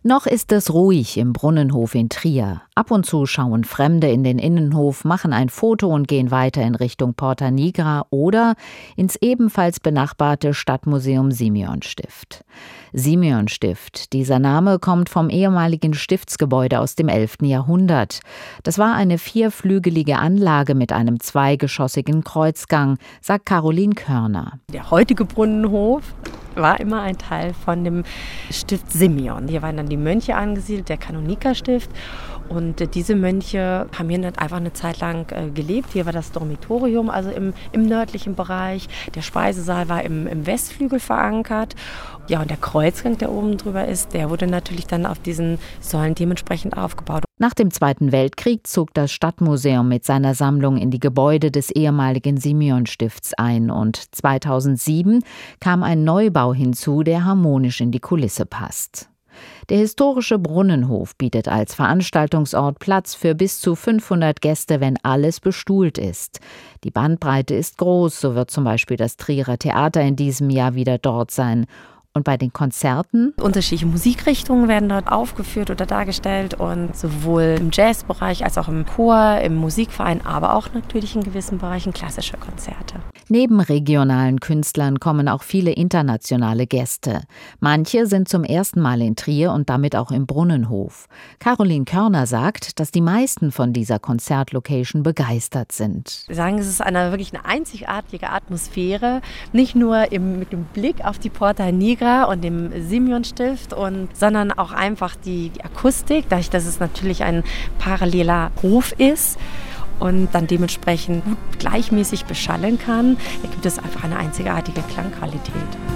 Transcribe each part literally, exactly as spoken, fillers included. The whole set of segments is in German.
Noch ist es ruhig im Brunnenhof in Trier. Ab und zu schauen Fremde in den Innenhof, machen ein Foto und gehen weiter in Richtung Porta Nigra oder ins ebenfalls benachbarte Stadtmuseum Simeonstift. Simeonstift, dieser Name kommt vom ehemaligen Stiftsgebäude aus dem elften Jahrhundert. Das war eine vierflügelige Anlage mit einem zweigeschossigen Kreuzgang, sagt Caroline Körner. Der heutige Brunnenhof war immer ein Teil von dem Stift Simeon. Hier waren dann die Mönche angesiedelt, der Kanonikerstift. Und diese Mönche haben hier einfach eine Zeit lang gelebt. Hier war das Dormitorium, also im, im nördlichen Bereich. Der Speisesaal war im, im Westflügel verankert. Ja, und der Kreuzgang, der oben drüber ist, der wurde natürlich dann auf diesen Säulen dementsprechend aufgebaut. Nach dem Zweiten Weltkrieg zog das Stadtmuseum mit seiner Sammlung in die Gebäude des ehemaligen Simeonstifts ein und zweitausendsieben kam ein Neubau hinzu, der harmonisch in die Kulisse passt. Der historische Brunnenhof bietet als Veranstaltungsort Platz für bis zu fünfhundert Gäste, wenn alles bestuhlt ist. Die Bandbreite ist groß, so wird zum Beispiel das Trierer Theater in diesem Jahr wieder dort sein. Und bei den Konzerten? Unterschiedliche Musikrichtungen werden dort aufgeführt oder dargestellt und sowohl im Jazzbereich als auch im Chor, im Musikverein, aber auch natürlich in gewissen Bereichen klassische Konzerte. Neben regionalen Künstlern kommen auch viele internationale Gäste. Manche sind zum ersten Mal in Trier und damit auch im Brunnenhof. Caroline Körner sagt, dass die meisten von dieser Konzertlocation begeistert sind. Wir sagen, es ist eine wirklich eine einzigartige Atmosphäre, nicht nur im, mit dem Blick auf die Porta Nigra und dem Simeonstift, und, sondern auch einfach die, die Akustik, dadurch, dass es natürlich ein paralleler Hof ist und dann dementsprechend gut gleichmäßig beschallen kann, da gibt es einfach eine einzigartige Klangqualität.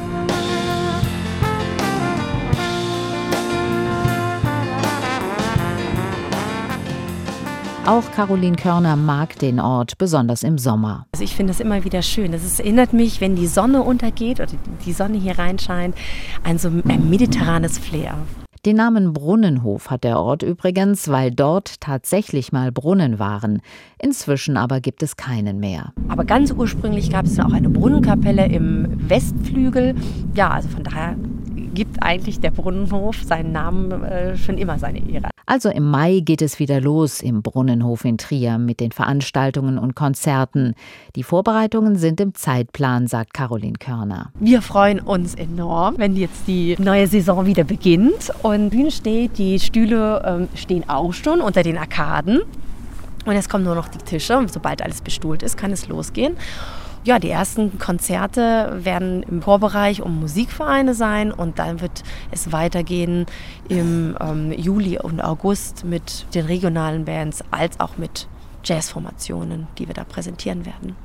Auch Caroline Körner mag den Ort, besonders im Sommer. Also ich finde es immer wieder schön. Das erinnert mich, wenn die Sonne untergeht oder die Sonne hier reinscheint, an so ein mediterranes Flair. Den Namen Brunnenhof hat der Ort übrigens, weil dort tatsächlich mal Brunnen waren. Inzwischen aber gibt es keinen mehr. Aber ganz ursprünglich gab es auch eine Brunnenkapelle im Westflügel. Ja, also von daher gibt eigentlich der Brunnenhof seinen Namen äh, schon immer seine Ehre. Also im Mai geht es wieder los im Brunnenhof in Trier mit den Veranstaltungen und Konzerten. Die Vorbereitungen sind im Zeitplan, sagt Caroline Körner. Wir freuen uns enorm, wenn jetzt die neue Saison wieder beginnt und die Bühne steht. Die Stühle ähm, stehen auch schon unter den Arkaden. Und jetzt kommen nur noch die Tische. Und sobald alles bestuhlt ist, kann es losgehen. Ja, die ersten Konzerte werden im Chorbereich um Musikvereine sein und dann wird es weitergehen im ähm, Juli und August mit den regionalen Bands als auch mit Jazzformationen, die wir da präsentieren werden.